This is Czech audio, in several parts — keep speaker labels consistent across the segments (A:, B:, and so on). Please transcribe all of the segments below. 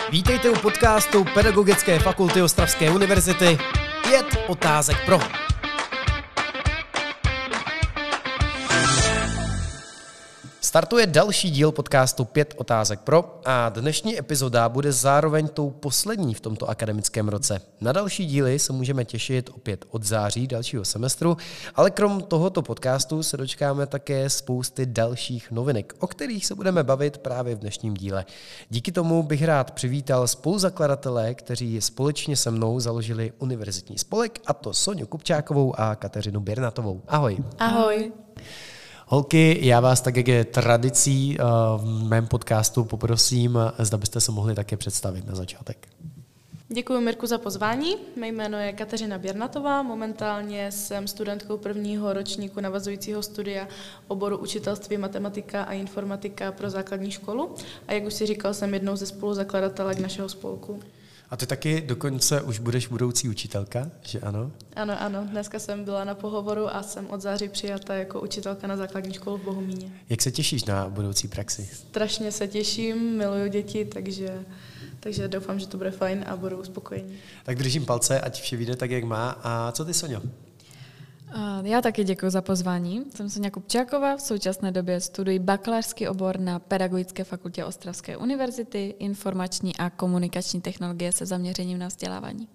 A: Vítejte u podcastu Pedagogické fakulty Ostravské univerzity 5 otázek pro. Startuje další díl podcastu 5 otázek pro a dnešní epizoda bude zároveň tou poslední v tomto akademickém roce. Na další díly se můžeme těšit opět od září dalšího semestru, ale krom tohoto podcastu se dočkáme také spousty dalších novinek, o kterých se budeme bavit právě v dnešním díle. Díky tomu bych rád přivítal spoluzakladatele, kteří společně se mnou založili univerzitní spolek, a to Soňu Kupčákovou a Kateřinu Birnatovou. Ahoj.
B: Ahoj.
A: Holky, já vás tak, jak je tradicí v mém podcastu, poprosím, zda byste se mohli také představit na začátek.
B: Děkuji, Mirku, za pozvání. Mé jméno je Kateřina Birnatová, momentálně jsem studentkou prvního ročníku navazujícího studia oboru učitelství, matematika a informatika pro základní školu a jak už si říkal, jsem jednou ze spoluzakladatelek našeho spolku.
A: A ty taky dokonce už budeš budoucí učitelka, že ano?
B: Ano, dneska jsem byla na pohovoru a jsem od září přijata jako učitelka na základní školu v Bohumíně.
A: Jak se těšíš na budoucí praxi?
B: Strašně se těším, miluju děti, takže doufám, že to bude fajn a budu spokojení.
A: Tak držím palce, ať vše vyjde tak, jak má. A co ty, Soňo?
C: Já taky děkuji za pozvání. Jsem Soňa Kupčáková, v současné době studuji bakalářský obor na Pedagogické fakultě Ostravské univerzity, informační a komunikační technologie se zaměřením na vzdělávání.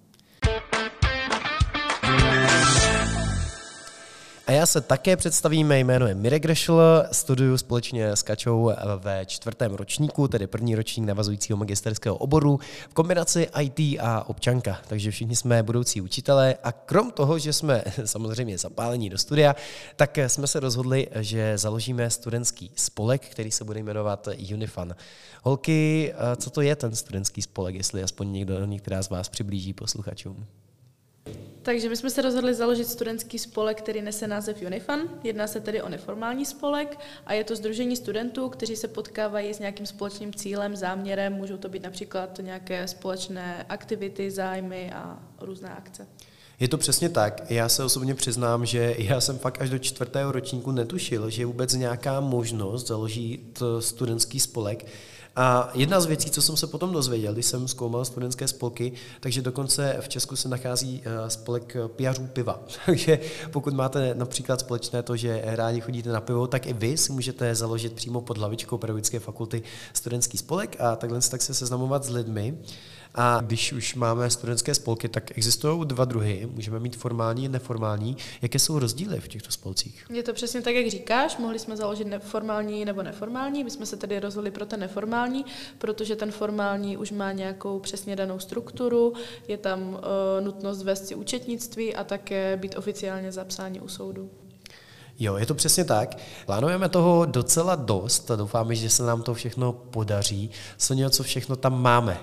A: A já se také představím, mé jméno je Mirek Grešl, studuju společně s Kačou ve 4. ročníku, tedy první ročník navazujícího magisterského oboru v kombinaci IT a občanka, takže všichni jsme budoucí učitelé a krom toho, že jsme samozřejmě zapálení do studia, tak jsme se rozhodli, že založíme studentský spolek, který se bude jmenovat Unifun. Holky, co to je ten studentský spolek, jestli aspoň některá z vás přiblíží posluchačům?
B: Takže my jsme se rozhodli založit studentský spolek, který nese název Unifun. Jedná se tedy o neformální spolek a je to sdružení studentů, kteří se potkávají s nějakým společným cílem, záměrem. Můžou to být například nějaké společné aktivity, zájmy a různé akce.
A: Je to přesně tak. Já se osobně přiznám, že já jsem fakt až do 4. ročníku netušil, že je vůbec nějaká možnost založit studentský spolek. A jedna z věcí, co jsem se potom dozvěděl, když jsem zkoumal studentské spolky, takže dokonce v Česku se nachází spolek pijařů piva. Takže pokud máte například společné to, že rádi chodíte na pivo, tak i vy si můžete založit přímo pod hlavičkou Pedagogické fakulty studentský spolek a takhle tak se seznamovat s lidmi. A když už máme studentské spolky, tak existují dva druhy. Můžeme mít formální a neformální. Jaké jsou rozdíly v těchto spolcích?
B: Je to přesně tak, jak říkáš. Mohli jsme založit formální nebo neformální. My jsme se tedy rozhodli pro ten neformální, protože ten formální už má nějakou přesně danou strukturu. Je tam nutnost vést si účetnictví a také být oficiálně zapsáni u soudu.
A: Jo, je to přesně tak. Plánujeme toho docela dost a doufáme, že se nám to všechno podaří. Soňo, co všechno tam máme?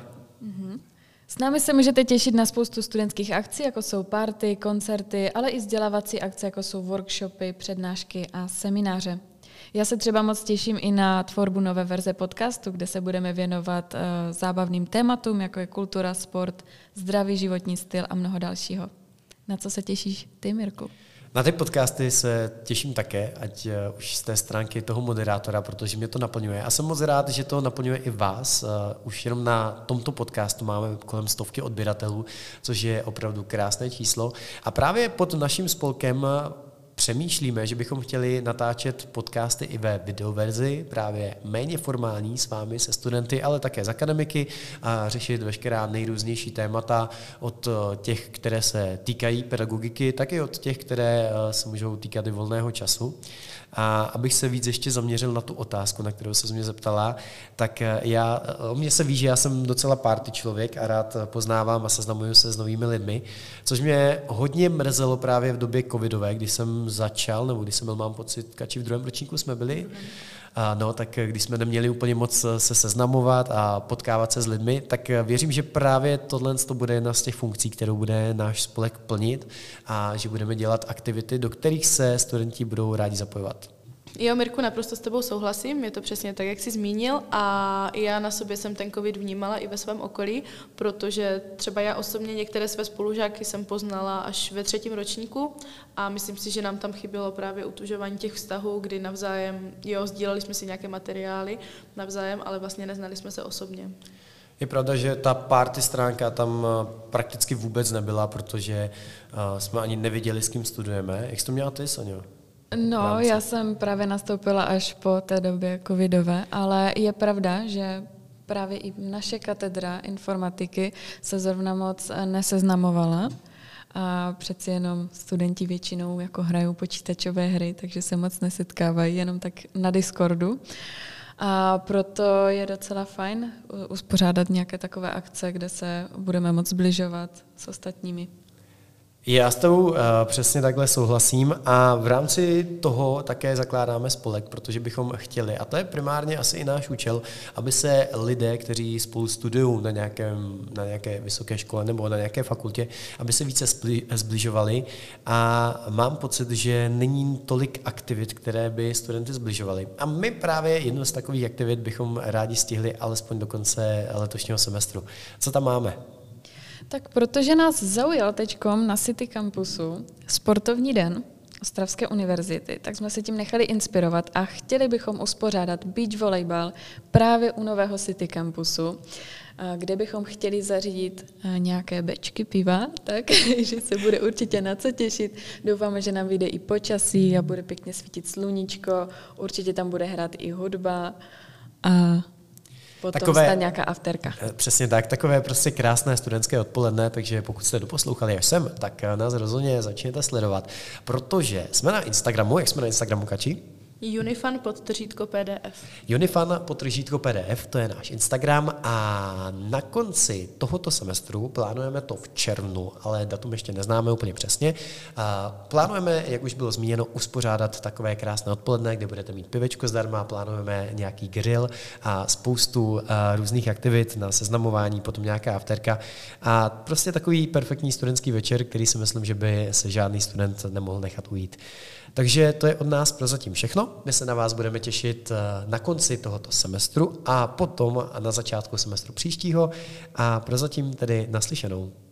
C: S námi se můžete těšit na spoustu studentských akcí, jako jsou party, koncerty, ale i vzdělávací akce, jako jsou workshopy, přednášky a semináře. Já se třeba moc těším i na tvorbu nové verze podcastu, kde se budeme věnovat zábavným tématům, jako je kultura, sport, zdravý životní styl a mnoho dalšího. Na co se těšíš ty, Mirku?
A: Na ty podcasty se těším také, ať už z té stránky toho moderátora, protože mě to naplňuje. A jsem moc rád, že to naplňuje i vás. Už jenom na tomto podcastu máme kolem 100 odběratelů, což je opravdu krásné číslo. A právě pod naším spolkem přemýšlíme, že bychom chtěli natáčet podcasty i ve videoverzi, právě méně formální s vámi, se studenty, ale také z akademiky a řešit veškerá nejrůznější témata od těch, které se týkají pedagogiky, tak i od těch, které se můžou týkat i volného času. A abych se víc ještě zaměřil na tu otázku, na kterou se mě zeptala, tak o mě se ví, že já jsem docela party člověk a rád poznávám a seznamuju se s novými lidmi, což mě hodně mrzelo právě v době covidové, kdy jsem začal, nebo když jsem byl, mám pocit, Kači, v 2. ročníku jsme byli, tak když jsme neměli úplně moc se seznamovat a potkávat se s lidmi, tak věřím, že právě tohle to bude jedna z těch funkcí, kterou bude náš spolek plnit a že budeme dělat aktivity, do kterých se studenti budou rádi zapojovat.
B: Jo, Mirku, naprosto s tebou souhlasím, je to přesně tak, jak jsi zmínil a já na sobě jsem ten covid vnímala i ve svém okolí, protože třeba já osobně některé své spolužáky jsem poznala až ve 3. ročníku a myslím si, že nám tam chybělo právě utužování těch vztahů, kdy navzájem, sdíleli jsme si nějaké materiály navzájem, ale vlastně neznali jsme se osobně.
A: Je pravda, že ta party stránka tam prakticky vůbec nebyla, protože jsme ani nevěděli, s kým studujeme. Jak jsi to měla ty, Sonio?
C: No, já jsem právě nastoupila až po té době covidové, ale je pravda, že právě i naše katedra informatiky se zrovna moc neseznamovala a přeci jenom studenti většinou jako hrajou počítačové hry, takže se moc nesetkávají, jenom tak na Discordu. A proto je docela fajn uspořádat nějaké takové akce, kde se budeme moc zbližovat s ostatními.
A: Já s tebou přesně takhle souhlasím a v rámci toho také zakládáme spolek, protože bychom chtěli, a to je primárně asi i náš účel, aby se lidé, kteří spolu studují na nějaké vysoké škole nebo na nějaké fakultě, aby se více zbližovali a mám pocit, že není tolik aktivit, které by studenty zbližovaly. A my právě jednu z takových aktivit bychom rádi stihli alespoň do konce letošního semestru. Co tam máme?
C: Tak protože nás zaujal teďkom na City Campusu sportovní den Ostravské univerzity, tak jsme se tím nechali inspirovat a chtěli bychom uspořádat beach volejbal právě u nového City Campusu, kde bychom chtěli zařídit nějaké bečky piva, takže se bude určitě na co těšit. Doufáme, že nám vyjde i počasí a bude pěkně svítit sluníčko, určitě tam bude hrát i hudba a potom stát nějaká afterka.
A: Přesně tak, takové prostě krásné studentské odpoledne, takže pokud jste doposlouchali až sem, tak nás rozhodně začněte sledovat, protože jsme na Instagramu, jak jsme na Instagramu, Kači?
B: Unifan_PDF.
A: Unifan_PDF, to je náš Instagram a na konci tohoto semestru, plánujeme to v červnu, ale datum ještě neznáme úplně přesně, plánujeme, jak už bylo zmíněno, uspořádat takové krásné odpoledne, kde budete mít pivečko zdarma, plánujeme nějaký grill a spoustu různých aktivit na seznamování, potom nějaká afterka a prostě takový perfektní studentský večer, který si myslím, že by se žádný student nemohl nechat ujít. Takže to je od nás prozatím všechno. My se na vás budeme těšit na konci tohoto semestru a potom na začátku semestru příštího a prozatím tedy naslyšenou.